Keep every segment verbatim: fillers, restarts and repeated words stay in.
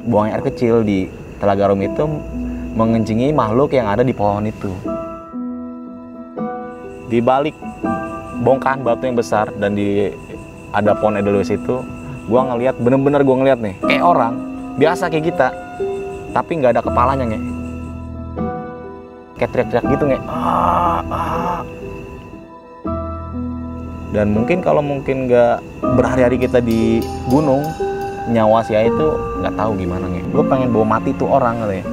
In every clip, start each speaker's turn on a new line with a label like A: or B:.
A: buang air kecil di Telaga Arum itu mengencingi makhluk yang ada di pohon itu. Di balik bongkahan batu yang besar dan di ada pohon Edelweiss itu, gua ngelihat bener-bener gua ngelihat nih kayak orang biasa kayak kita, tapi nggak ada kepalanya nge. Kayak teriak-teriak gitu nge. Ah, ah. Dan mungkin kalau mungkin nggak berhari-hari kita di gunung, nyawa si A itu nggak tahu gimana nge. Gue pengen bawa mati tuh orang katanya.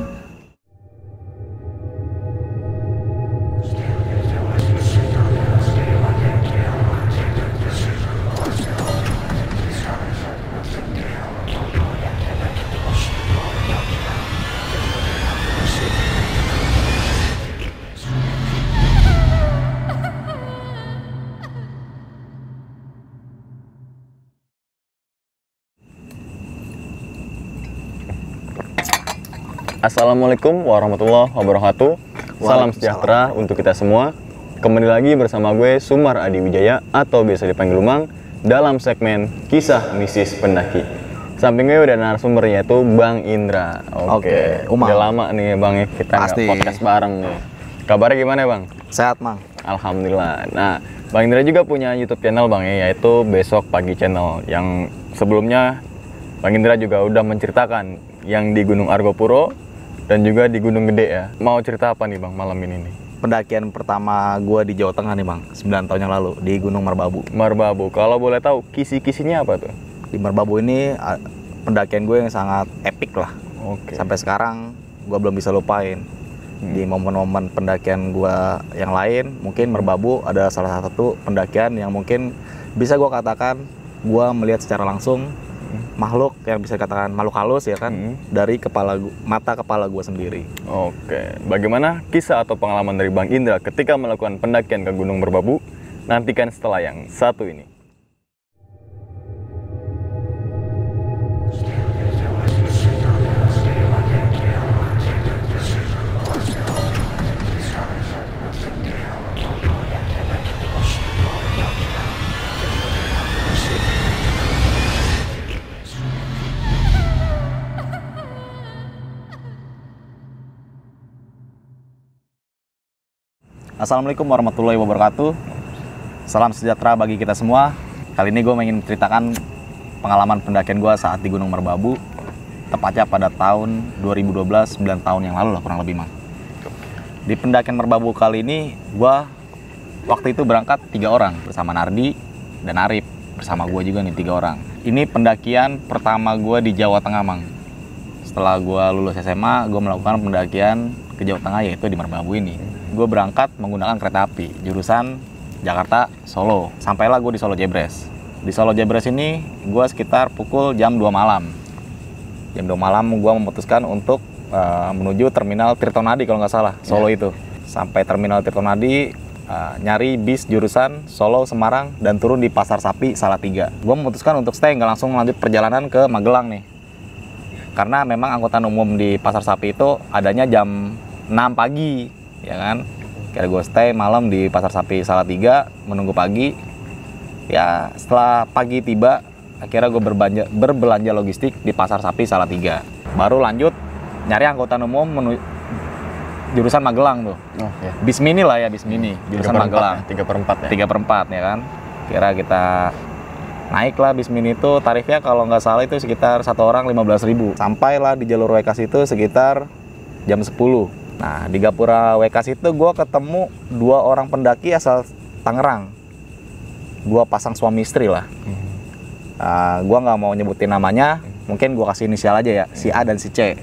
B: Assalamualaikum warahmatullahi wabarakatuh. Salam sejahtera untuk kita semua. Kembali lagi bersama gue Sumar Adi Wijaya atau biasa dipanggil Umang dalam segmen Kisah Mistis Pendaki. Samping gue udah narasumber yaitu Bang Indra. Oke,
A: Umang.
B: Udah lama nih Bang ya kita nggak podcast bareng nih. Kabarnya gimana Bang?
A: Sehat Mang.
B: Alhamdulillah. Nah, Bang Indra juga punya YouTube channel Bang ya, yaitu Besok Pagi Channel. Yang sebelumnya Bang Indra juga udah menceritakan yang di Gunung Argopuro dan juga di Gunung Gede ya. Mau cerita apa nih Bang malam ini nih?
A: Pendakian pertama gue di Jawa Tengah nih Bang, sembilan tahun yang lalu di Gunung Merbabu.
B: Merbabu, kalau boleh tahu kisi-kisinya apa tuh?
A: Di Merbabu ini pendakian gue yang sangat epik lah.
B: Oke.
A: Sampai sekarang gue belum bisa lupain. Hmm. Di momen-momen pendakian gue yang lain, mungkin Merbabu ada salah satu pendakian yang mungkin bisa gue katakan gue melihat secara langsung makhluk yang bisa dikatakan makhluk halus ya kan, hmm. dari kepala gua, mata kepala gue sendiri.
B: Oke, bagaimana kisah atau pengalaman dari Bang Indra ketika melakukan pendakian ke Gunung Merbabu? Nantikan setelah yang satu ini.
A: Assalamualaikum warahmatullahi wabarakatuh. Salam sejahtera bagi kita semua. Kali ini gue ingin menceritakan pengalaman pendakian gue saat di Gunung Merbabu, tepatnya pada tahun dua ribu dua belas, sembilan tahun yang lalu lah kurang lebih Mang. Di pendakian Merbabu kali ini gue waktu itu berangkat tiga orang bersama Nardi dan Arif, bersama gue juga nih tiga orang. Ini pendakian pertama gue di Jawa Tengah Mang. Setelah gue lulus S M A, gue melakukan pendakian ke Jawa Tengah yaitu di Merbabu ini. Gue berangkat menggunakan kereta api jurusan Jakarta Solo. Sampailah gue di Solo Jebres. Di Solo Jebres ini gue sekitar pukul jam dua malam. Jam dua malam gue memutuskan untuk uh, menuju terminal Tirtonadi kalau nggak salah, Solo yeah. Itu. Sampai terminal Tirtonadi, uh, nyari bis jurusan Solo Semarang dan turun di Pasar Sapi Salatiga. Gue memutuskan untuk stay, nggak langsung lanjut perjalanan ke Magelang nih. Karena memang angkutan umum di Pasar Sapi itu adanya jam enam pagi. Ya kan, kira gue stay malam di Pasar Sapi Salatiga menunggu pagi. Ya setelah pagi tiba, akhirnya gue berbelanja, berbelanja logistik di Pasar Sapi Salatiga. Baru lanjut nyari angkutan umum menuju jurusan Magelang tuh. Oh, ya. Bis mini lah ya, bis mini jurusan Magelang.
B: tiga per empat ya?
A: tiga per empat ya kan. Kira kita naik lah bis mini itu, tarifnya kalau nggak salah itu sekitar satu orang lima belas ribu. Sampailah di jalur Wekas itu sekitar jam sepuluh. Nah, di Gapura Wekas itu gue ketemu dua orang pendaki asal Tangerang. Dua pasang suami istri lah. Hmm. Uh, gue nggak mau nyebutin namanya, mungkin gue kasih inisial aja ya, si A dan si C.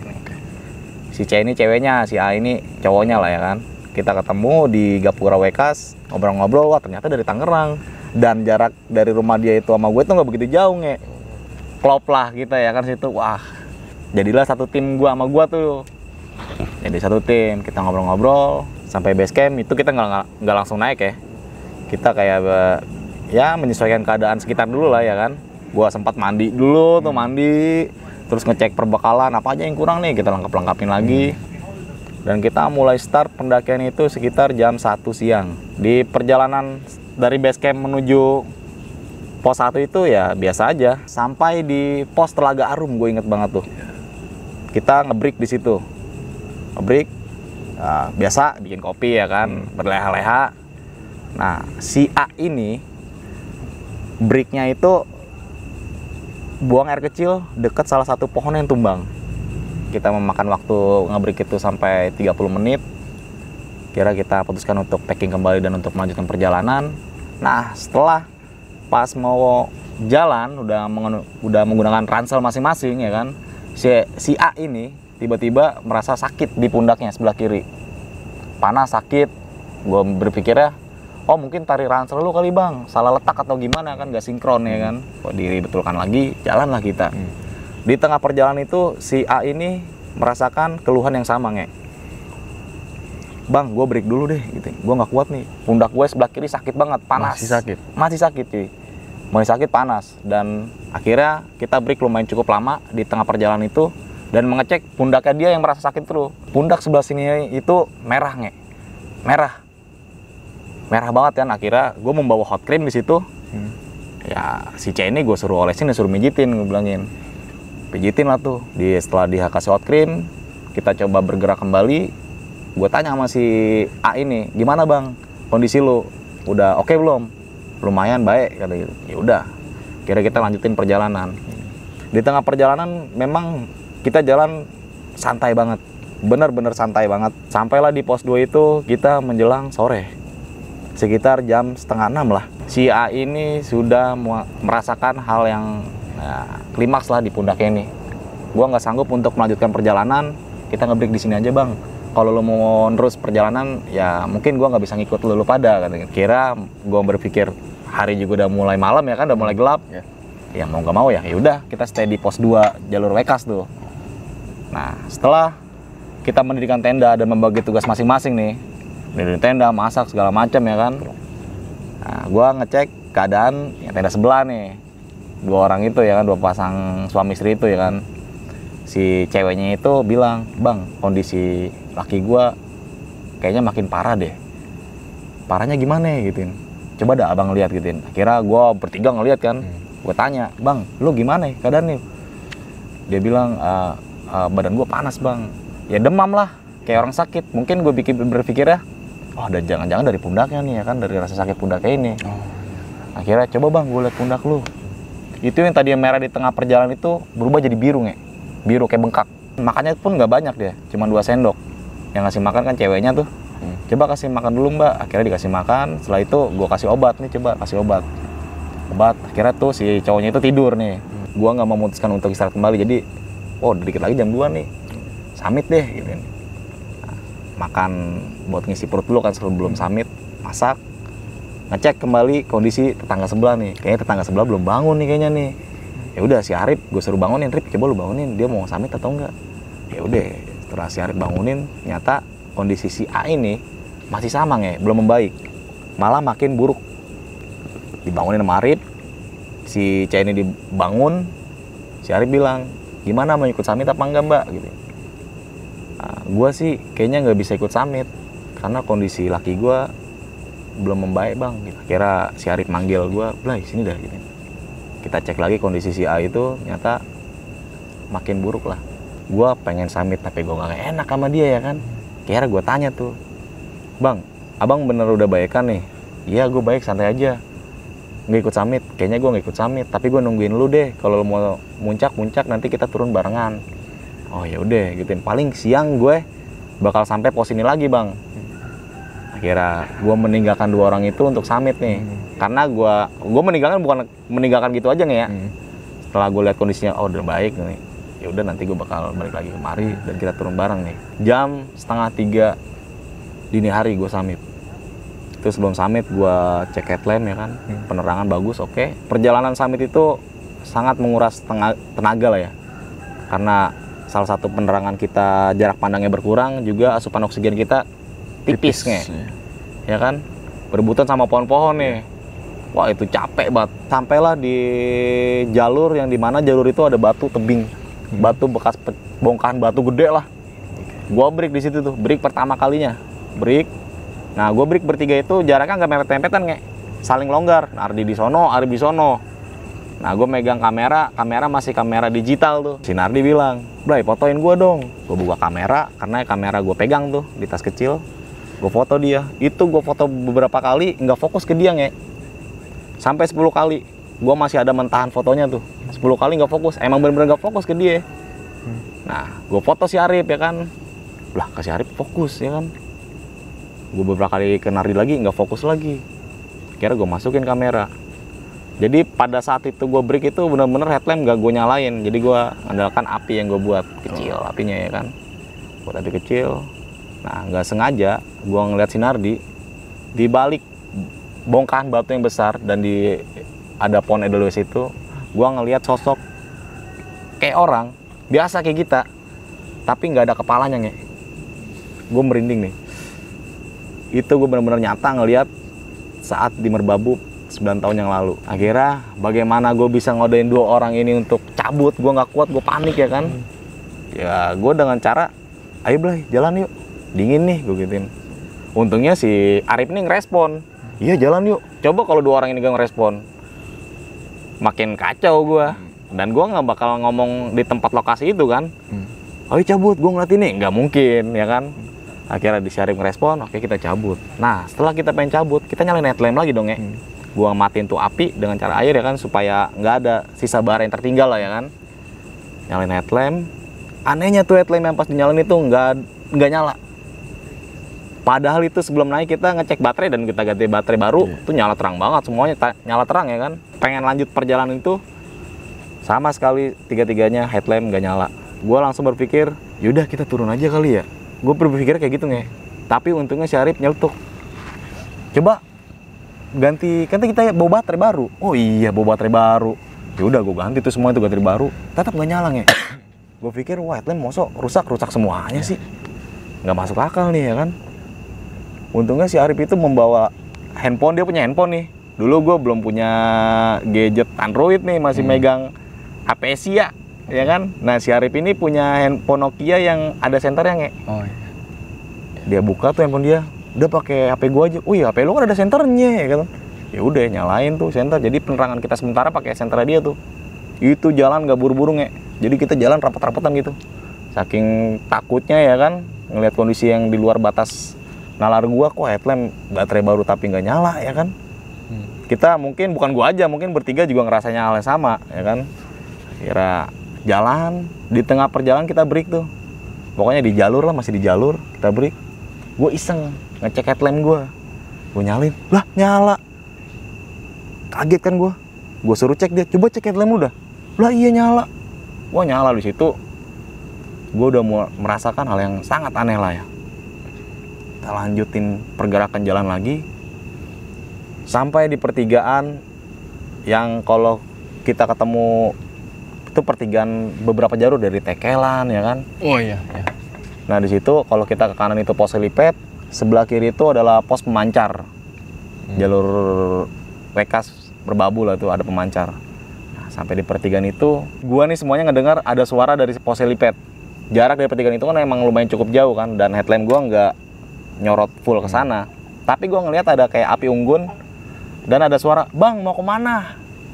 A: Si C ini ceweknya, si A ini cowoknya lah ya kan. Kita ketemu di Gapura Wekas, ngobrol-ngobrol, wah ternyata dari Tangerang. Dan jarak dari rumah dia itu sama gue tuh nggak begitu jauh nge. Klop lah kita ya kan situ, wah. Jadilah satu tim gue sama gue tuh. Jadi satu tim, kita ngobrol-ngobrol sampai base camp itu kita nggak nggak langsung naik ya. Kita kayak ya menyesuaikan keadaan sekitar dulu lah ya kan. Gua sempat mandi dulu tuh, mandi, terus ngecek perbekalan apa aja yang kurang nih, kita lengkap-lengkapin lagi. Dan kita mulai start pendakian itu sekitar jam satu siang. Di perjalanan dari base camp menuju pos satu itu ya biasa aja. Sampai di pos Telaga Arum, gue inget banget tuh. kita ngebreak di situ. Ngebreak, uh, biasa bikin kopi ya kan, hmm. berleha-leha. Nah, si A ini breaknya itu buang air kecil dekat salah satu pohon yang tumbang. Kita memakan waktu ngebreak itu sampai tiga puluh menit. Kira kita putuskan untuk packing kembali dan untuk melanjutkan perjalanan. Nah, setelah pas mau jalan udah mengen- udah menggunakan ransel masing-masing ya kan, si, si A ini tiba-tiba merasa sakit di pundaknya sebelah kiri, panas, sakit. Gue berpikir ya, oh mungkin tari ransel lu kali bang, salah letak atau gimana kan, gak sinkron ya kan. Kok diribetulkan lagi, jalanlah kita. hmm. Di tengah perjalanan itu si A ini merasakan keluhan yang sama nge. Bang, gue break dulu deh gitu, gue nggak kuat nih, pundak gue sebelah kiri sakit banget, panas.
B: Masih sakit?
A: Masih sakit cuy, masih sakit, panas. Dan akhirnya kita break lumayan cukup lama di tengah perjalanan itu dan mengecek pundaknya dia yang merasa sakit terus. Pundak sebelah sini itu merah nge, merah, merah banget kan. Akhirnya gue membawa hot cream di situ. Hmm. Ya si C ini gue suruh olesin, suruh mijitin, gue bilangin, pijitin lah tuh. Di setelah dia kasih hot cream, kita coba bergerak kembali. Gue tanya sama si A ini, gimana bang kondisi lu, udah oke okay belum? Lumayan baik kata gitu. Ya udah, kira kita lanjutin perjalanan. Di tengah perjalanan memang kita jalan santai banget, bener-bener santai banget. Sampailah di pos dua itu kita menjelang sore, sekitar jam setengah enam lah. Si A ini sudah merasakan hal yang ya, klimaks lah di pundaknya ini. Gua nggak sanggup untuk melanjutkan perjalanan, kita ngebreak di sini aja bang. Kalau lo mau terus perjalanan, ya mungkin gua nggak bisa ngikut lo, lo pada. Kira gua berpikir hari juga udah mulai malam ya kan, udah mulai gelap. Ya, ya mau nggak mau ya, ya udah kita stay di pos dua jalur Wekas tuh. Nah setelah kita mendirikan tenda dan membagi tugas masing-masing nih, mendirikan tenda, masak segala macam ya kan. Nah gua ngecek keadaan yang tenda sebelah nih, dua orang itu ya kan, dua pasang suami istri itu ya kan. Si ceweknya itu bilang, bang kondisi laki gua kayaknya makin parah deh. Parahnya gimana gituin, coba dah abang lihat gituin. Akhirnya gua bertiga ngeliat kan. hmm. Gue tanya, bang lu gimana keadaannya? Dia bilang, e, e, badan gua panas bang, ya demam lah kayak orang sakit. Mungkin gue bikin berpikir ya, oh dan jangan-jangan dari pundaknya nih ya kan, dari rasa sakit pundaknya ini. oh. Akhirnya coba bang gue liat pundak lu, itu yang tadi yang merah di tengah perjalanan itu berubah jadi biru nge, biru kayak bengkak. Makannya pun nggak banyak dia, cuma dua sendok. Yang ngasih makan kan ceweknya tuh. hmm. Coba kasih makan dulu mbak. Akhirnya dikasih makan. Setelah itu gue kasih obat nih, coba kasih obat. Obat. Akhirnya tuh si cowoknya itu tidur nih. hmm. Gue nggak memutuskan untuk istirahat kembali. Jadi, oh dikit lagi jam dua nih, summit deh gitu. Nah, makan buat ngisi perut dulu kan sebelum summit. Masak. Ngecek kembali kondisi tetangga sebelah nih. Kayaknya tetangga sebelah belum bangun nih kayaknya nih. Ya udah si Arif gue suruh bangunin, Rip coba lu bangunin, dia mau summit atau enggak. Ya udah setelah si Arif bangunin, ternyata kondisi si A ini masih sama nge, belum membaik, malah makin buruk. Dibangunin sama Arif, si C ini dibangun, si Arif bilang, gimana mau ikut summit apa enggak mbak gitu. Nah, gue sih kayaknya nggak bisa ikut summit karena kondisi laki gue belum membaik bang gitu. Kira si Arif manggil gue, Blay sini dah gitu. Kita cek lagi kondisi si A itu ternyata makin buruk lah. Gue pengen summit tapi gue gak enak sama dia ya kan. Kira gue tanya tuh, bang abang bener udah baik kan nih? Iya gue baik, santai aja, gak ikut summit. Kayaknya gue gak ikut summit, tapi gue nungguin lu deh. Kalau lu mau muncak-muncak nanti kita turun barengan. Oh ya udah gituin, paling siang gue bakal sampai pos ini lagi bang. Akhirnya gue meninggalkan dua orang itu untuk summit nih. hmm. Karena gue gue meninggalkan bukan meninggalkan gitu aja nih ya. hmm. Setelah gue lihat kondisinya, oh udah baik nih, ya udah nanti gue bakal balik lagi kemari dan kita turun bareng nih. Jam setengah tiga dini hari gue summit. Itu sebelum summit gue cek headlamp ya kan, hmm. penerangan bagus, oke. Okay. Perjalanan summit itu sangat menguras tenaga lah ya, karena salah satu penerangan kita jarak pandangnya berkurang, juga asupan oksigen kita tipis, tipis ya. Ya kan, berebutan sama pohon-pohon nih. Ya. Wah itu capek banget. Sampailah di jalur yang dimana jalur itu ada batu tebing, hmm. batu bekas bongkahan batu gede lah. Gua break di situ tuh, break pertama kalinya, break. Nah gua break bertiga itu jaraknya nggak mepet-mempetan nge, saling longgar. Nah, Ardi di sono, Ardi di sono. Nah, gue megang kamera, kamera masih kamera digital tuh. Si Nardi bilang, Blay, fotoin gue dong. Gue buka kamera, karena kamera gue pegang tuh di tas kecil. Gue foto dia. Itu gue foto beberapa kali, nggak fokus ke dia, nge. Sampai sepuluh kali. Gue masih ada mentahan fotonya tuh. sepuluh kali nggak fokus. Emang bener-bener nggak fokus ke dia. Nah, gue foto si Arif, ya kan. Lah, ke si Arif fokus, ya kan. Gue beberapa kali ke Nardi lagi, nggak fokus lagi. Kira gue masukin kamera. Jadi pada saat itu gue break itu bener-bener headlamp gak gue nyalain. Jadi gue andalkan api yang gue buat kecil, apinya ya kan. Buat api kecil. Nah, nggak sengaja gue ngeliat si Nardi di balik bongkahan batu yang besar dan di ada pohon edelweiss itu, gue ngeliat sosok kayak orang biasa kayak kita, tapi nggak ada kepalanya, nge. Gue merinding nih. Itu gue bener-bener nyata ngeliat saat di Merbabu sembilan tahun yang lalu. Akhirnya bagaimana gue bisa ngodain dua orang ini untuk cabut, gue nggak kuat, gue panik ya kan. Hmm. Ya gue dengan cara, ayo Blay, jalan yuk, dingin nih, gue gituin. Untungnya si Arif ini ngerespon, iya jalan yuk, coba kalau dua orang ini gak ngerespon, makin kacau gue. Dan gue nggak bakal ngomong di tempat lokasi itu kan. Hmm. Ayo cabut, gue ngeliat ini, nggak mungkin ya kan. Akhirnya di si Arif ngerespon, oke kita cabut. Nah setelah kita pengen cabut, kita nyalain headlamp lagi dong ya. Hmm. Gua matiin tuh api dengan cara air ya kan, supaya nggak ada sisa bara yang tertinggal lah ya kan. Nyalain headlamp. Anehnya tuh headlamp yang pas dinyalain itu nggak nggak nyala. Padahal itu sebelum naik kita ngecek baterai dan kita ganti baterai baru, yeah. Tuh nyala terang banget semuanya, nyala terang ya kan. Pengen lanjut perjalanan itu sama sekali tiga-tiganya headlamp nggak nyala. Gua langsung berpikir, yaudah kita turun aja kali ya. Gue berpikir kayak gitu nge. Tapi untungnya si Arif nyeletuk, coba ganti, kan kita bawa baterai baru. Oh iya, bawa baterai baru. Ya udah gue ganti tuh semua itu baterai baru, tetap nggak nyala nge. Gue pikir wah headlamp mosok rusak rusak semuanya sih, nggak masuk akal nih ya kan. Untungnya si Arif itu membawa handphone, dia punya handphone nih. Dulu gue belum punya gadget Android nih, masih hmm. megang H P Asia ya kan. Nah si Arif ini punya handphone Nokia yang ada senternya nge. Oh iya. Dia buka tuh handphone dia, udah pakai H P gua aja. Oh iya, H P lu kan ada senternya ya kan. Ya udah nyalain tuh senter. Jadi penerangan kita sementara pakai senter dia tuh. Itu jalan nggak buru-buru nge. Jadi kita jalan rapat-rapatan gitu. Saking takutnya ya kan, ngelihat kondisi yang di luar batas nalar gua, kok headlamp baterai baru tapi nggak nyala ya kan. Hmm. Kita mungkin bukan gua aja, mungkin bertiga juga ngerasanya hal yang sama ya kan. Kira jalan, di tengah perjalanan kita break tuh. Pokoknya di jalur lah, masih di jalur kita break. Gue iseng ngecek headlamp gue, gue nyalin, lah nyala. Kaget kan gue, gue suruh cek dia, coba cek headlamp lu dah. Lah iya nyala. Wah nyala di situ. Gue udah merasakan hal yang sangat aneh lah ya. Kita lanjutin pergerakan jalan lagi sampai di pertigaan yang kalau kita ketemu itu pertigaan beberapa jalur dari Tekelan ya kan. Oh iya, iya. Nah di situ kalau kita ke kanan itu pos helipad, sebelah kiri itu adalah pos pemancar. Hmm. Jalur Wekas Merbabu lah tuh ada pemancar. Nah, sampai di pertigaan itu, gua nih semuanya ngedengar ada suara dari pos helipad. Jarak dari pertigaan itu kan emang lumayan cukup jauh kan, dan headlamp gua nggak nyorot full ke sana. Hmm. Tapi gua ngelihat ada kayak api unggun dan ada suara, "Bang, mau kemana?"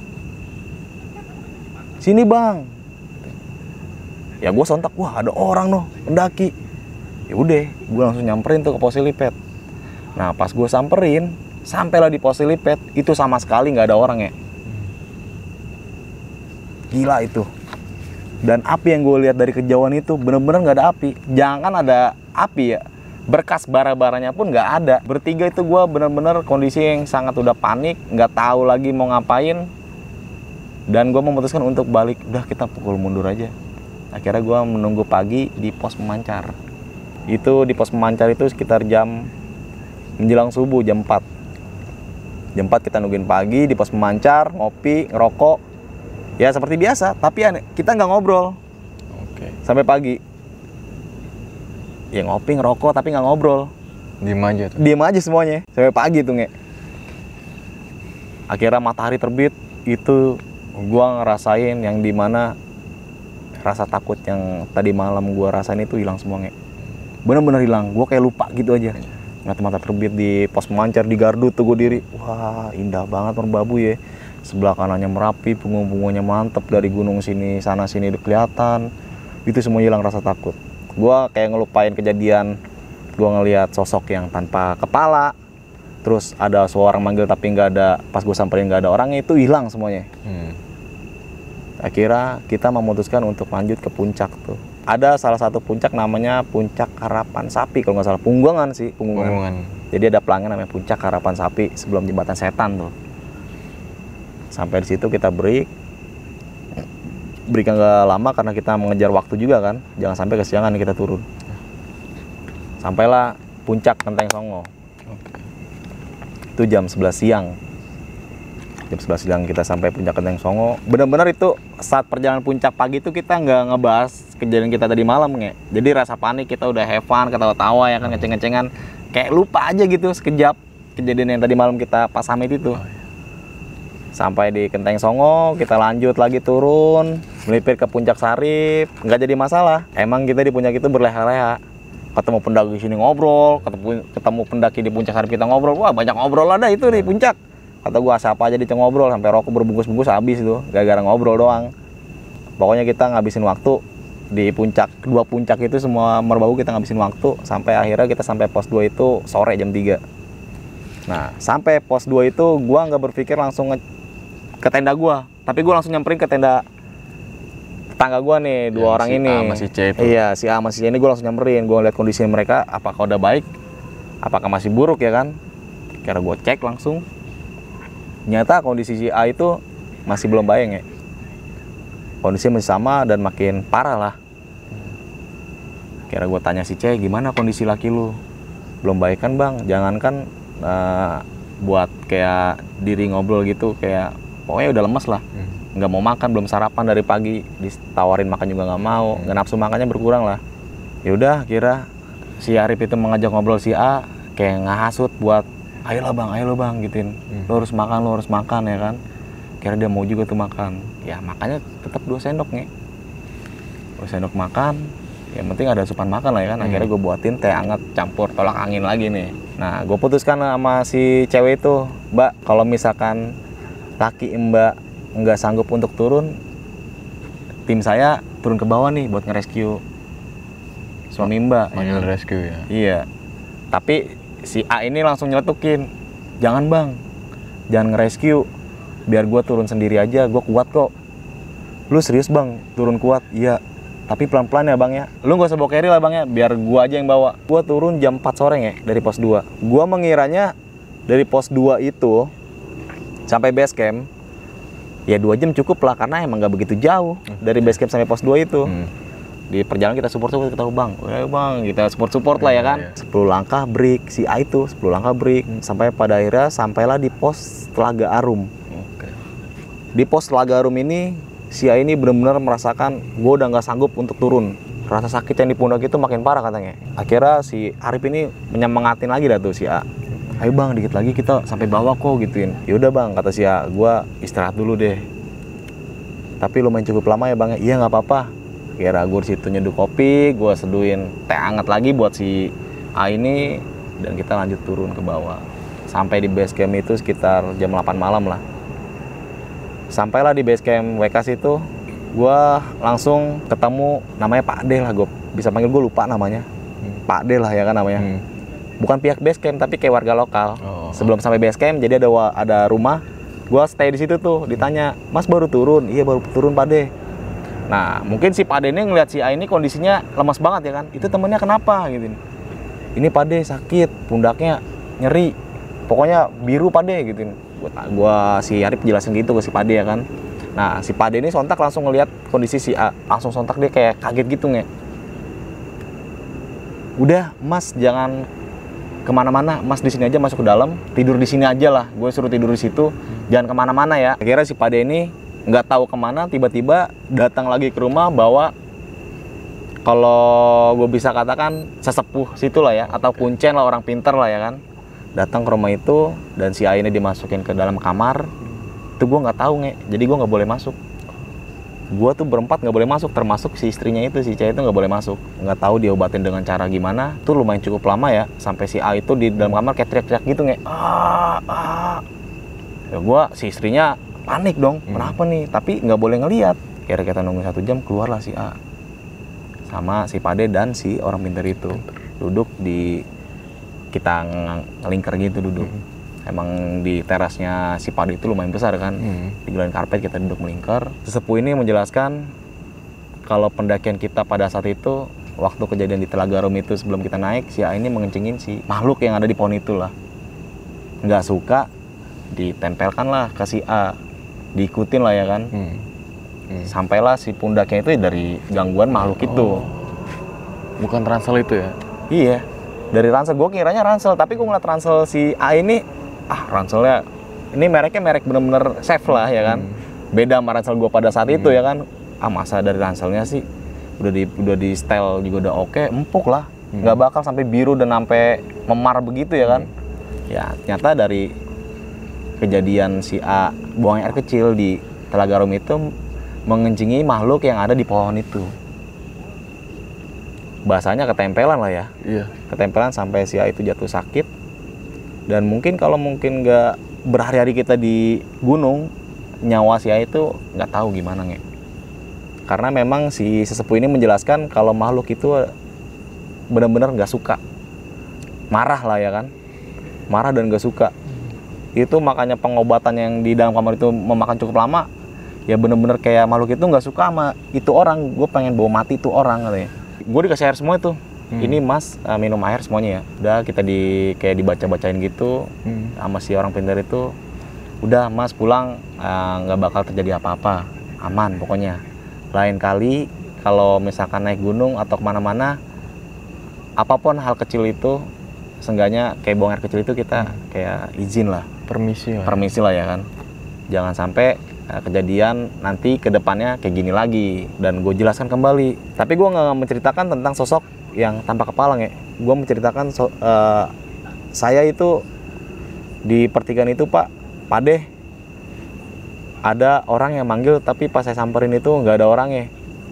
A: "Sini bang." Ya gue sontak, wah ada orang noh, pendaki. Ya udah, gue langsung nyamperin tuh ke pos helipad. Nah pas gue samperin, sampailah di pos helipad, itu sama sekali nggak ada orang ya. Gila itu. Dan api yang gue lihat dari kejauhan itu bener-bener nggak ada api. Jangan ada api ya, berkas bara-baranya pun nggak ada. Bertiga itu gue bener-bener kondisi yang sangat udah panik, nggak tahu lagi mau ngapain. Dan gue memutuskan untuk balik, udah kita pukul mundur aja. Akhirnya gue menunggu pagi di pos pemancar. Itu di pos pemancar itu sekitar jam menjelang subuh, jam empat. Jam empat kita nungguin pagi di pos pemancar, ngopi, ngerokok. Ya seperti biasa, tapi kita nggak ngobrol. Oke. Sampai pagi. Ya ngopi, ngerokok, tapi nggak ngobrol.
B: Diem aja tuh?
A: Diem aja semuanya, sampai pagi tuh nge. Akhirnya matahari terbit, itu gua ngerasain yang dimana rasa takut yang tadi malam gua rasain itu hilang semua nge. Bener-bener hilang, gua kayak lupa gitu aja. ngeliat mata terbit di pos pemancar di Gardu tuh gue diri. Wah, indah banget Merbabu ya. Sebelah kanannya Merapi, punggung-punggungnya mantep, dari gunung sini sana sini udah kelihatan. Itu semua hilang rasa takut. Gue kayak ngelupain kejadian gue ngelihat sosok yang tanpa kepala, terus ada suara manggil tapi nggak ada, pas gue samperin nggak ada orangnya, itu hilang semuanya. hmm. Akhirnya kita memutuskan untuk lanjut ke puncak tuh. Ada salah satu puncak namanya Puncak Harapan Sapi kalau nggak salah, Punggungan sih, Punggungan. Punggungan. Jadi ada pelangnya namanya Puncak Harapan Sapi sebelum Jembatan Setan tuh. Sampai di situ kita break, break nggak lama karena kita mengejar waktu juga kan, jangan sampai kesiangan kita turun. Sampailah Puncak Genteng Songo. Itu jam sebelas siang. Jam sebelas siang kita sampai Puncak Genteng Songo. Benar-benar itu saat perjalanan puncak pagi itu kita nggak ngebahas kejadian kita tadi malam nge. Jadi rasa panik kita udah have fun, ketawa-tawa ya kan, ngeceng-ngecengan. Kayak lupa aja gitu sekejap kejadian yang tadi malam kita pas summit itu. Sampai di Genteng Songo, kita lanjut lagi turun, melipir ke Puncak Sarip. Nggak jadi masalah. Emang kita di puncak itu berleha-leha. Ketemu pendaki sini ngobrol, ketemu, ketemu pendaki di Puncak Sarip kita ngobrol. Wah, banyak ngobrol ada itu di puncak. Kata gua siapa aja di ngobrol, sampai rokok berbungkus-bungkus habis itu, gara-gara ngobrol doang. Pokoknya kita ngabisin waktu di puncak, kedua puncak itu semua Merbabu kita ngabisin waktu, sampai akhirnya kita sampai pos dua itu sore jam tiga. Nah, sampai pos dua itu gua nggak berpikir langsung ke tenda gua, tapi gua langsung nyamperin ke tenda tetangga gua nih, dua yang orang
B: si
A: ini.
B: A sama si C itu.
A: Iya, si A sama si C ini gua langsung nyamperin, gua lihat kondisi mereka, apakah udah baik, apakah masih buruk ya kan. Kira gua cek langsung. Nyata kondisi si A itu masih belum baik ya. Kondisinya masih sama dan makin parah lah. Kira gue tanya si C, gimana kondisi laki lu? Belum baik kan bang? Jangankan uh, buat kayak diri ngobrol gitu, kayak pokoknya udah lemes lah. hmm. Nggak mau makan, belum sarapan dari pagi, ditawarin makan juga nggak mau, nggak nafsu makannya berkurang lah. Yaudah, kira si Arif itu mengajak ngobrol si A, kayak ngahasut buat ayolah bang, ayolah bang gituin. hmm. Lo harus makan, lo harus makan ya kan. Kira dia mau juga tuh makan. Ya makanya tetap dua sendok nih. Dua sendok makan. Yang penting ada asupan makan lah ya kan. Akhirnya gue buatin teh hangat campur tolak angin lagi nih. Nah gue putuskan sama si cewek itu, Mbak kalau misalkan laki Mbak nggak sanggup untuk turun, tim saya turun ke bawah nih buat nge-rescue suami Mbak.
B: Manggil
A: ya.
B: rescue ya?
A: Iya. Tapi si A ini langsung nyeletukin, jangan bang, jangan nge-rescue, biar gue turun sendiri aja, gue kuat kok. Lu serius bang, turun kuat? Iya, tapi pelan-pelan ya bang ya. Lu gak usah bawa carry lah bang ya, biar gue aja yang bawa. Gue turun jam empat sore ya, dari pos dua. Gue mengiranya dari pos dua itu sampai base camp, ya dua jam cukup lah, karena emang gak begitu jauh dari base camp sampai pos dua itu. hmm. Di perjalanan kita support-support, kita tahu bang, eh bang, kita support-support lah ya kan. sepuluh langkah break, si A itu sepuluh langkah break. hmm. Sampai pada akhirnya sampailah di pos Telaga Arum. Oke. Di pos Telaga Arum ini, si A ini benar-benar merasakan gue udah nggak sanggup untuk turun. Rasa sakit yang di pundak itu makin parah katanya. Akhirnya si Arif ini menyemangatin lagi dah tuh si A. Ayo bang, dikit lagi kita sampai bawah kok gituin. Yaudah bang, kata si A, gue istirahat dulu deh. Tapi lumayan cukup lama ya bang ya. Iya nggak apa-apa. Kira gue disitu nyeduh kopi, gue seduhin teh hangat lagi buat si A ini, dan kita lanjut turun ke bawah. Sampai di base camp itu sekitar jam delapan malam lah. Sampailah di base camp W K S itu, gue langsung ketemu namanya Pak D lah, gue bisa panggil, gue lupa namanya. hmm. Pak D lah ya kan namanya. hmm. Bukan pihak base camp tapi kayak warga lokal. oh. Sebelum sampai base camp, jadi ada ada rumah, gue stay di situ tuh. Ditanya, mas baru turun? Iya baru turun Pak D. Nah, mungkin si Pak D ini ngeliat si A ini kondisinya lemas banget ya kan. Itu temennya kenapa gitu. Ini Pak D sakit, pundaknya nyeri. Pokoknya biru Pak D gitu. Gua, gua si Arif jelasin gitu ke si Pak D ya kan. Nah, si Pak D ini sontak langsung ngeliat kondisi si A, langsung sontak dia kayak kaget gitu nge. Udah, Mas jangan kemana-mana, Mas di sini aja, masuk ke dalam, tidur di sini aja lah. Gue suruh tidur di situ, jangan kemana-mana ya. Akhirnya si Pak D ini nggak tahu kemana, tiba-tiba datang lagi ke rumah bawa, kalau gue bisa katakan sesepuh situ lah ya, atau kuncen lah, orang pinter lah ya kan. Datang ke rumah itu dan si A ini dimasukin ke dalam kamar. Itu gue nggak tahu nge, jadi gue nggak boleh masuk. Gua tuh berempat nggak boleh masuk, termasuk si istrinya itu, si C itu nggak boleh masuk. Nggak tahu diobatin dengan cara gimana. Tuh lumayan cukup lama ya, sampai si A itu di dalam kamar kayak teriak-teriak gitu nge. Ah, ah. Ya gua si istrinya panik dong. Hmm. Kenapa nih? Tapi nggak boleh ngelihat. Kira kita nunggu satu jam, keluarlah si A sama si Pade dan si orang pintar itu duduk di kita ngelingkar gitu duduk. Hmm. Emang di terasnya si Pade itu lumayan besar kan, hmm. digulain karpet kita duduk melingkar. Sesepuh ini menjelaskan kalau pendakian kita pada saat itu, waktu kejadian di Telaga Rum itu sebelum kita naik, si A ini mengencingin si makhluk yang ada di pohon itu lah. Nggak suka, ditempelkan lah ke si A, diikutin lah ya kan. Hmm. Hmm. Sampailah si pundaknya itu dari gangguan makhluk oh. itu.
B: Bukan ransel itu ya?
A: Iya, dari ransel. Gue kiranya ransel, tapi gue ngeliat ransel si A ini, ah ranselnya ini mereknya merek bener-bener safe lah ya kan. Hmm. Beda sama ransel gue pada saat hmm. itu ya kan. Ah masa dari ranselnya sih udah di udah di style juga udah oke, empuk lah. Hmm. Nggak bakal sampai biru dan sampai memar begitu ya kan. Hmm. Ya ternyata dari kejadian si A buang air kecil di Telaga Rum itu mengencingi makhluk yang ada di pohon itu. Bahasanya ketempelan lah ya. Iya. Ketempelan sampai si A itu jatuh sakit. Dan mungkin kalau mungkin nggak berhari-hari kita di gunung, nyawa si A itu nggak tahu gimana nge. Karena memang si sesepuh ini menjelaskan kalau makhluk itu benar-benar nggak suka, marah lah ya kan, marah dan nggak suka. Itu makanya pengobatan yang di dalam kamar itu memakan cukup lama. Ya benar-benar kayak makhluk itu nggak suka sama itu orang. Gue pengen bawa mati itu orang katanya. Gue dikasih air semua itu. Hmm. Ini mas uh, minum air semuanya ya. Udah kita di kayak dibaca-bacain gitu hmm. sama si orang pintar itu. Udah mas pulang nggak uh, bakal terjadi apa-apa, aman pokoknya. Lain kali kalau misalkan naik gunung atau kemana-mana, apapun hal kecil itu, seenggaknya kayak buang air kecil itu kita hmm. kayak izin lah,
B: permisi lah.
A: Permisi lah ya kan. Jangan sampai uh, kejadian nanti kedepannya kayak gini lagi. Dan gue jelaskan kembali. Tapi gue nggak menceritakan tentang sosok yang tanpa kepala ya. Gue menceritakan so, uh, saya itu di pertigaan itu Pak Pade ada orang yang manggil, tapi pas saya samperin itu nggak ada orangnya.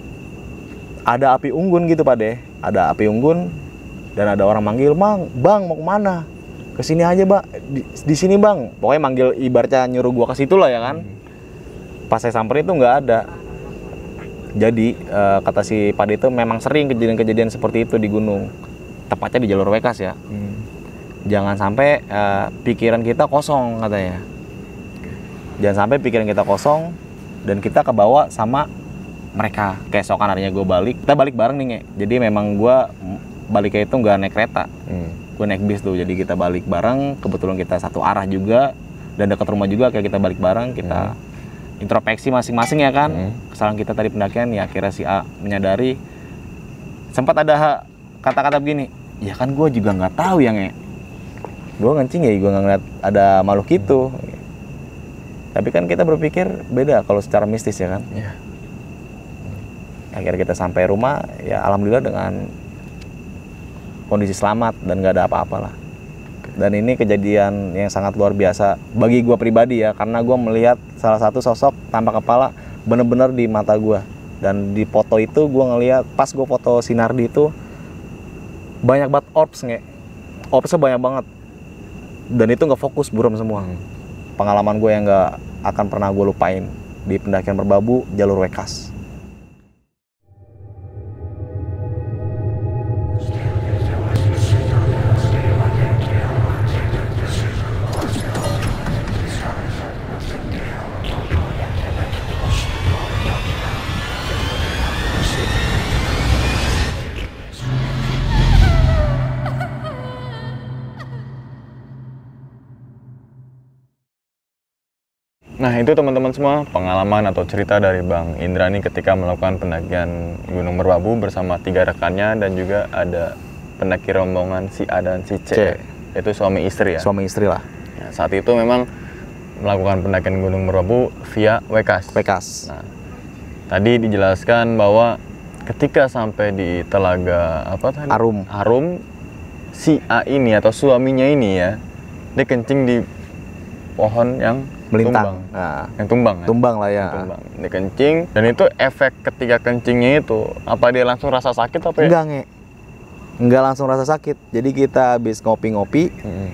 A: Ada api unggun gitu Pade, ada api unggun dan ada orang manggil, bang, bang mau kemana? Kesini aja Bang, di, di sini Bang. Pokoknya manggil ibaratnya nyuruh gue ke situ lah ya kan. Pas saya samperin itu nggak ada. Jadi uh, kata si Pade itu memang sering kejadian-kejadian seperti itu di gunung, tepatnya di jalur Wekas ya. Hmm. Jangan sampai uh, pikiran kita kosong katanya. Jangan sampai pikiran kita kosong dan kita kebawa sama mereka. Keesokan harinya gue balik, kita balik bareng nih Nge. Jadi memang gue baliknya itu nggak naik kereta, hmm. gue naik bis tuh. Jadi kita balik bareng, kebetulan kita satu arah juga dan dekat rumah juga, kayak kita balik bareng, kita hmm. introspeksi masing-masing ya kan. hmm. Kesalahan kita tadi pendakian ya, akhirnya si A menyadari. Sempat ada kata-kata begini, ya kan gue juga nggak tahu ya Nge, gue ngencing ya gue nggak ngeliat ada makhluk itu. hmm. Tapi kan kita berpikir beda kalau secara mistis ya kan. yeah. Akhirnya kita sampai rumah ya alhamdulillah dengan kondisi selamat dan nggak ada apa-apa lah. Dan ini kejadian yang sangat luar biasa bagi gue pribadi ya, karena gue melihat salah satu sosok tanpa kepala bener-bener di mata gue. Dan di foto itu gue ngelihat, pas gue foto Sinardi itu banyak banget orbs nge, orbsnya banyak banget. Dan itu nggak fokus, buram semua. hmm. Pengalaman gue yang nggak akan pernah gue lupain di pendakian Merbabu jalur Wekas.
B: Nah itu teman-teman semua pengalaman atau cerita dari Bang Indra nih ketika melakukan pendakian Gunung Merbabu bersama tiga rekannya dan juga ada pendaki rombongan si A dan si C, C. Itu suami istri ya?
A: Suami istri lah.
B: Nah, saat itu memang melakukan pendakian Gunung Merbabu via Wekas.
A: Wekas.
B: Nah, tadi dijelaskan bahwa ketika sampai di Telaga apa tadi?
A: Arum.
B: Arum, si A ini atau suaminya ini ya, dia kencing di pohon yang
A: melintang.
B: Tumbang.
A: Nah,
B: Yang tumbang kan?
A: tumbang lah ya.
B: Tumbang. Dia kencing, dan itu efek ketika kencingnya itu, apa dia langsung rasa sakit apa ya?
A: Enggak, nge. Enggak langsung rasa sakit. Jadi kita habis ngopi-ngopi,
B: Mm-mm.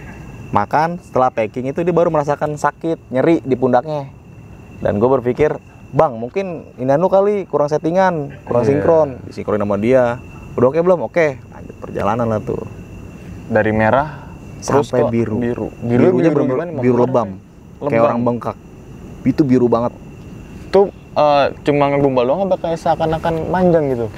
A: makan, setelah packing itu dia baru merasakan sakit, nyeri di pundaknya. Dan gue berpikir, bang mungkin ini anu kali, kurang settingan, kurang
B: Iya.
A: sinkron. Disinkronin sama dia. Udah oke belum? Oke, lanjut perjalanan lah tuh.
B: Dari merah terus
A: Sampai
B: kok
A: biru.
B: biru.
A: Birunya
B: biru
A: bener-bener
B: gimana?
A: biru
B: Mekar
A: lebam.
B: kayak?
A: Kayak orang bengkak. Itu biru banget.
B: Tuh eh, cuma ngegumpal doang apa kayak seakan-akan manjang gitu?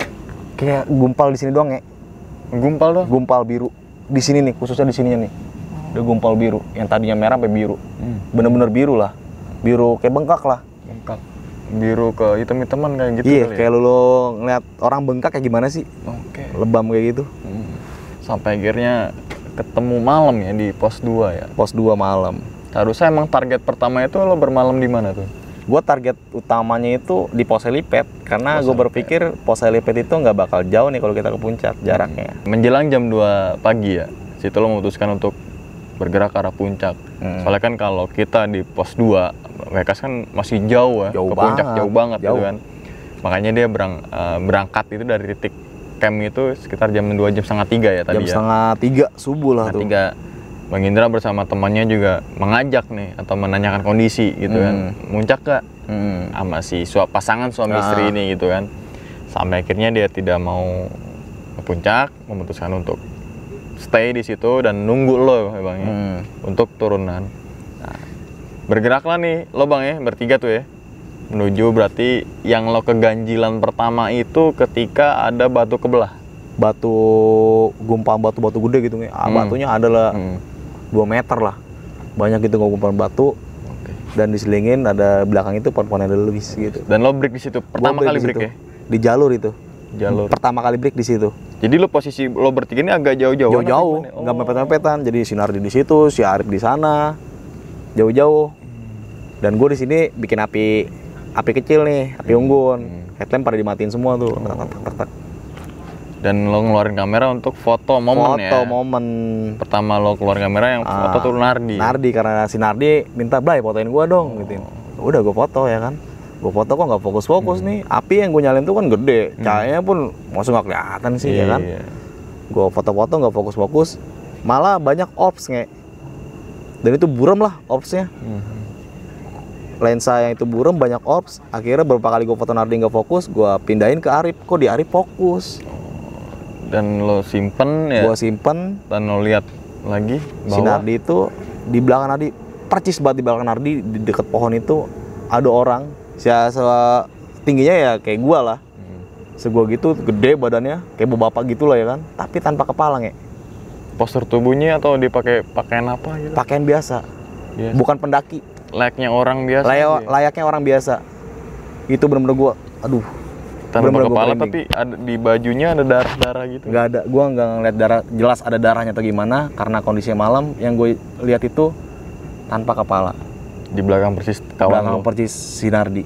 A: Kayak gumpal di sini doang ya.
B: Gumpal doang?
A: Gumpal biru. Di sini nih, khususnya di sininya nih. Udah gumpal biru. Yang tadinya merah sampai biru.
B: Hmm.
A: Bener-bener biru lah. Biru kayak bengkak lah.
B: Bengkak. Biru ke hitam-hitaman kayak gitu
A: Iya,
B: kali ya?
A: kayak lu, lu ngeliat orang bengkak kayak gimana sih?
B: Oke.
A: Lebam kayak gitu.
B: Hmm. Sampai akhirnya ketemu malam ya di pos dua ya.
A: Pos dua malam.
B: Harusnya emang target pertama itu lo bermalam di mana tuh?
A: Gue target utamanya itu di pos helipad. Karena
B: Pos
A: gue berpikir pos helipad itu nggak bakal jauh nih kalau kita ke puncak jaraknya.
B: Menjelang jam dua pagi ya, situ lo memutuskan untuk bergerak ke arah puncak.
A: Hmm.
B: Soalnya kan kalau kita di pos dua, mereka kan masih jauh ya,
A: Jauh
B: ke puncak
A: banget,
B: jauh banget gitu
A: jauh.
B: kan. Makanya dia berang, eh, berangkat itu dari titik camp itu sekitar jam dua, jam setengah tiga ya tadi
A: Jam
B: ya.
A: setengah tiga subuh lah
B: Setengah
A: tuh.
B: tiga. Bang Indra bersama temannya juga mengajak nih atau menanyakan kondisi gitu kan. Muncak gak?
A: Hmm.
B: Sama si su- pasangan suami
A: Ah.
B: istri ini gitu kan. Sampai akhirnya dia tidak mau ke puncak, memutuskan untuk stay di situ dan nunggu lo ya bang ya,
A: Hmm.
B: untuk turunan. Nah, bergeraklah nih lo bang ya, bertiga tuh ya, menuju berarti yang lo keganjilan pertama itu ketika ada batu kebelah.
A: Batu gumpal batu-batu gede gitu nih. Ah,
B: Hmm.
A: batunya adalah
B: Hmm.
A: dua meter lah. Banyak gitu gumpalan batu.
B: Oke.
A: Dan diselingin ada belakang itu pohon-pohon yang lebih gitu.
B: Dan lo break di situ pertama
A: Gua
B: kali
A: di
B: break
A: situ.
B: ya,
A: Di jalur itu.
B: jalur.
A: Pertama kali break di situ.
B: Jadi lo posisi lo bertiga ini agak jauh-jauh.
A: Jauh-jauh, nggak mepet-mepetan. Jadi si Nardi di situ, si Arif di sana. Jauh-jauh. Dan gue di sini bikin api api kecil nih, api unggun. Headlamp pada dimatiin semua tuh. Tak, tak, tak, tak.
B: Dan lo ngeluarin kamera untuk foto momen ya.
A: Foto momen.
B: Pertama lo keluar kamera yang
A: Ah,
B: foto tuh Nardi.
A: Nardi karena si Nardi minta Blay fotoin gua dong gitu. Udah gue foto ya kan. Gue foto kok nggak fokus-fokus nih. Api yang gue nyalain tuh kan gede. Cahayanya pun masuk nggak kelihatan sih ya kan.
B: Iya.
A: Gue foto-foto nggak fokus-fokus. Malah banyak orbs nge. Dan itu buram lah orbsnya.
B: Mhm.
A: Lensa yang itu buram banyak orbs. Akhirnya beberapa kali gue foto Nardi nggak fokus, gue pindahin ke Arif. Kok di Arif fokus?
B: Dan lo simpen ya.
A: Gue simpen.
B: Dan lo lihat lagi
A: Si
B: bahwa
A: Nardi itu di belakang Nardi, percis banget di belakang Nardi, di dekat pohon itu ada orang. Si tingginya ya kayak gua lah.
B: Hmm.
A: Segua gitu, gede badannya, kayak bapak gitu lah ya kan. Tapi tanpa kepala nge.
B: postur tubuhnya atau dipakai pakaian apa gitu?
A: Pakaian biasa,
B: Biasa.
A: bukan pendaki.
B: Layaknya orang biasa.
A: Layak,
B: aja ya?
A: layaknya orang biasa. Itu bener-bener gua, aduh.
B: Tanpa
A: bener-bener gua
B: kepala
A: merinding.
B: tapi ada, di bajunya ada darah-darah gitu.
A: Nggak ada, gua nggak ngeliat darah, jelas ada darahnya atau gimana. Karena kondisinya malam, yang gue lihat itu tanpa kepala.
B: Di belakang persis kawan
A: Belakang
B: lo.
A: persis si Nardi.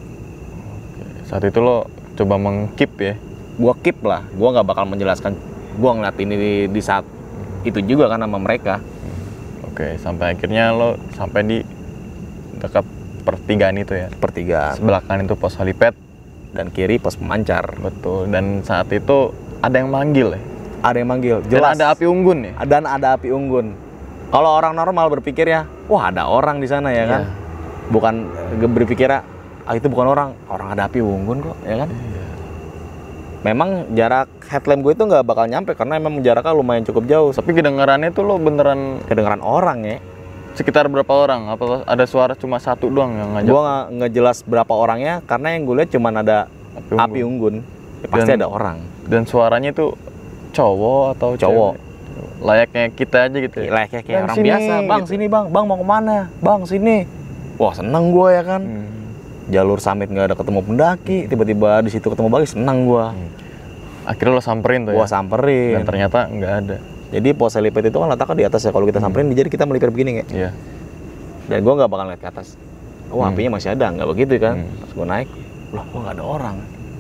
B: Saat itu lo coba mengkeep ya.
A: Gua keep lah, gua nggak bakal menjelaskan gua ngeliat ini di, di saat itu juga kan sama mereka.
B: Oke, sampai akhirnya lo sampai di dekat pertigaan itu ya.
A: Pertigaan
B: Sebelah kanan itu pos helipad.
A: dan kiri pos pemancar.
B: Betul. Dan saat itu ada yang manggil ya.
A: Ada yang manggil,
B: Dan
A: jelas.
B: ada api unggun ya.
A: Dan ada api unggun. Kalau orang normal berpikir ya, wah ada orang di sana ya kan.
B: Iya.
A: Bukan eh, berpikir ah itu bukan orang, orang ada api unggun kok, ya kan.
B: Iya.
A: Memang jarak headlamp gue itu nggak bakal nyampe karena memang jaraknya lumayan cukup jauh.
B: Tapi kedengarannya tuh lo beneran
A: Kedengeran orang ya.
B: sekitar berapa orang? Apa ada suara cuma satu doang yang ngajak?
A: Gua nggak nggak jelas berapa orangnya karena yang gue lihat cuman ada
B: Api unggun.
A: api unggun. Ya, pasti
B: Dan-
A: ada orang.
B: Dan suaranya itu cowok atau
A: Cowok.
B: cewek? Layaknya kita aja gitu ya.
A: Layaknya kayak
B: Bang,
A: orang
B: sini,
A: biasa. Bang
B: gitu.
A: sini bang, bang mau kemana? Bang sini. Wah seneng gue ya kan.
B: Hmm.
A: Jalur summit nggak ada ketemu pendaki, tiba-tiba di situ ketemu bagi seneng gue.
B: Akhirnya lo samperin tuh
A: Gua
B: ya.
A: samperin.
B: Dan ternyata nggak ada.
A: Jadi pos helipad itu kan letaknya di atas ya. Kalau kita samperin, jadi kita melipir begini nggak?
B: Iya.
A: Dan gue nggak bakal lihat ke atas. Oh
B: Hmm.
A: apinya masih ada, nggak begitu kan?
B: Hmm.
A: Pas gue naik, loh kok nggak ada orang.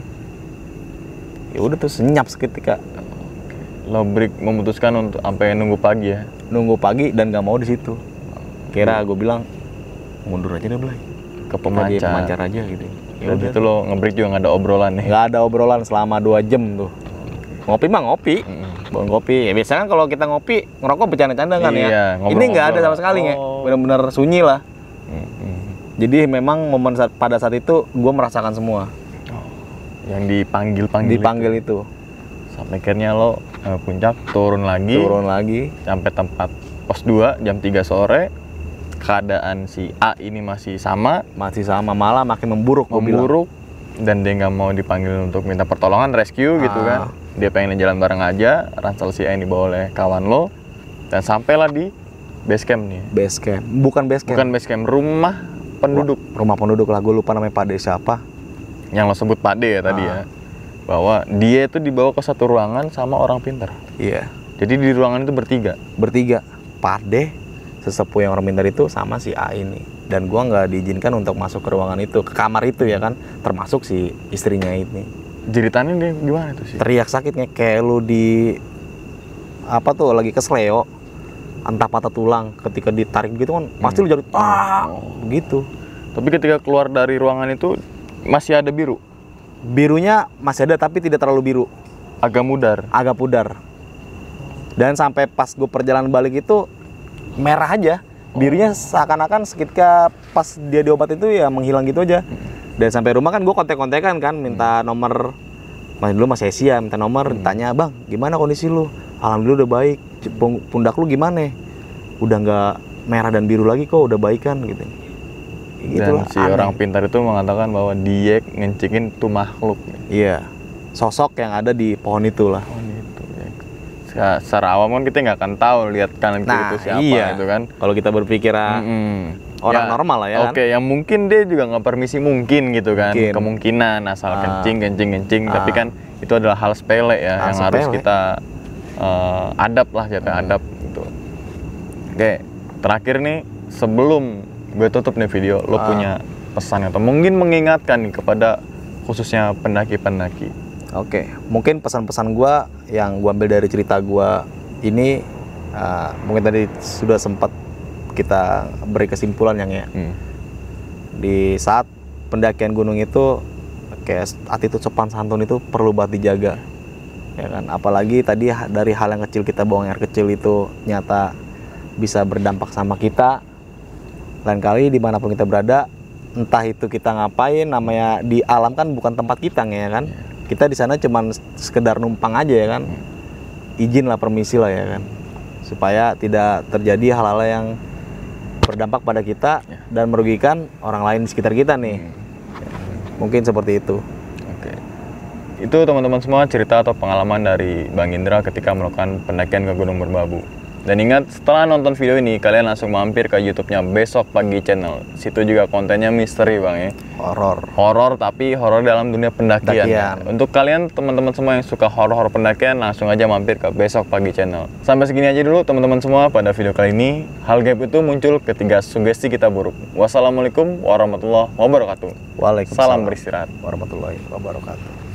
A: Ya udah tuh senyap seketika.
B: Lo break memutuskan untuk sampai nunggu pagi ya.
A: Nunggu pagi dan nggak mau di situ. Kira gue bilang, mundur aja deh Blay.
B: Ke
A: Kita di
B: pemancar.
A: pemancar aja gitu.
B: Dan itu lo nge-break juga nggak ada obrolan nih.
A: Nggak ada obrolan selama dua jam tuh. Ngopi mah ngopi,
B: Mm-mm.
A: bawa ngopi. Ya biasanya kan kalau kita ngopi ngerokok bercanda-canda kan
B: Iya,
A: ya.
B: ngobrol-ngobrol
A: Ini nggak ada sama
B: lah.
A: sekali nge,
B: Oh.
A: benar-benar sunyi lah.
B: Mm-mm.
A: Jadi memang momen saat, pada saat itu gue merasakan semua.
B: Yang dipanggil-panggil
A: Dipanggil
B: itu.
A: itu,
B: Sampai akhirnya lo eh, puncak, turun lagi,
A: turun lagi.
B: sampai tempat pos dua jam tiga sore. Keadaan si A ini masih sama,
A: Masih sama, malah makin memburuk. gua bilang.
B: memburuk, dan dia nggak mau dipanggil untuk minta pertolongan, rescue gitu
A: Ah.
B: kan. Dia pengen jalan bareng aja, ransel si A ini dibawa oleh kawan lo, dan sampailah di base camp nih.
A: Base camp, bukan base camp.
B: Bukan base camp, rumah penduduk.
A: Rumah penduduk lah, gue lupa namanya Pak De siapa.
B: Yang lo sebut Pak D ya tadi
A: Ah.
B: ya. Bahwa dia itu dibawa ke satu ruangan sama orang pintar.
A: Iya.
B: Jadi di ruangan itu bertiga.
A: Bertiga, Pak De, sesepuh yang orang pintar itu sama si A ini. Dan gua nggak diizinkan untuk masuk ke ruangan itu, ke kamar itu ya kan, termasuk si istrinya ini.
B: Jeritannya dia gimana tuh sih?
A: Teriak sakitnya kayak lu di apa tuh lagi kesleo, entah patah tulang ketika ditarik gitu kan, pasti lu jadi ah begitu.
B: Tapi ketika keluar dari ruangan itu masih ada biru,
A: Birunya masih ada tapi tidak terlalu biru,
B: agak mudar.
A: agak pudar. Dan sampai pas gue perjalanan balik itu merah aja. Birunya seakan-akan seketika pas dia diobat itu ya menghilang gitu aja. Dan sampai rumah kan gue kontek-kontekan kan, minta nomor. Masih dulu masih Asia, minta nomor, tanya bang, gimana kondisi lu? Alhamdulillah udah baik. Pung- Pundak lu gimana? Udah nggak merah dan biru lagi kok, udah baikan gitu. Gitu
B: Dan
A: lah,
B: si
A: aneh.
B: orang pintar itu mengatakan bahwa dia ngencikin tuh makhluk.
A: Iya, sosok yang ada di pohon itu lah.
B: Oh gitu ya. Se- Secara awam kan kita nggak akan tahu lihat kanan kiri
A: Nah,
B: itu siapa
A: iya.
B: gitu kan.
A: Kalau kita berpikiran
B: Mm-mm.
A: orang normal lah ya kan?
B: Oke, yang mungkin dia juga nggak permisi mungkin gitu kan.
A: Mungkin.
B: Kemungkinan asal
A: Ah.
B: kencing, kencing, kencing.
A: Ah.
B: Tapi kan itu adalah hal sepele ya
A: Hal
B: yang harus
A: sepele.
B: kita eh, adab lah, jatuh
A: Hmm.
B: adab gitu. Oke, terakhir nih sebelum gue tutup nih video, lo
A: Ah.
B: punya pesan atau mungkin mengingatkan nih kepada khususnya pendaki-pendaki.
A: Oke, mungkin pesan-pesan gua yang gua ambil dari cerita gua ini uh, mungkin tadi sudah sempat kita beri kesimpulan yang ya.
B: Hmm.
A: Di saat pendakian gunung itu kayak attitude sopan santun itu perlu banget dijaga. Ya kan, apalagi tadi ha- dari hal yang kecil kita buang air kecil itu nyata bisa berdampak sama kita. Lain kali dimanapun kita berada, entah itu kita ngapain, namanya di alam kan bukan tempat kita ya kan. Kita di sana cuman sekedar numpang aja ya kan. Izin lah, permisi lah ya kan. Supaya tidak terjadi hal-hal yang berdampak pada kita
B: Ya.
A: dan merugikan orang lain di sekitar kita nih. Mungkin seperti itu.
B: Oke. Itu teman-teman semua cerita atau pengalaman dari Bang Indra ketika melakukan pendakian ke Gunung Merbabu. Dan ingat, setelah nonton video ini, kalian langsung mampir ke YouTube-nya Besok Pagi Channel. Situ juga kontennya misteri Bang ya.
A: Horor.
B: Horor, tapi horor dalam dunia pendakian.
A: Pendakian.
B: Untuk kalian teman-teman semua yang suka horor pendakian, langsung aja mampir ke Besok Pagi Channel. Sampai segini aja dulu teman-teman semua pada video kali ini. Hal gaib itu muncul ketika sugesti kita buruk. Wassalamualaikum warahmatullahi wabarakatuh.
A: Waalaikumsalam
B: Salam beristirahat.
A: warahmatullahi wabarakatuh.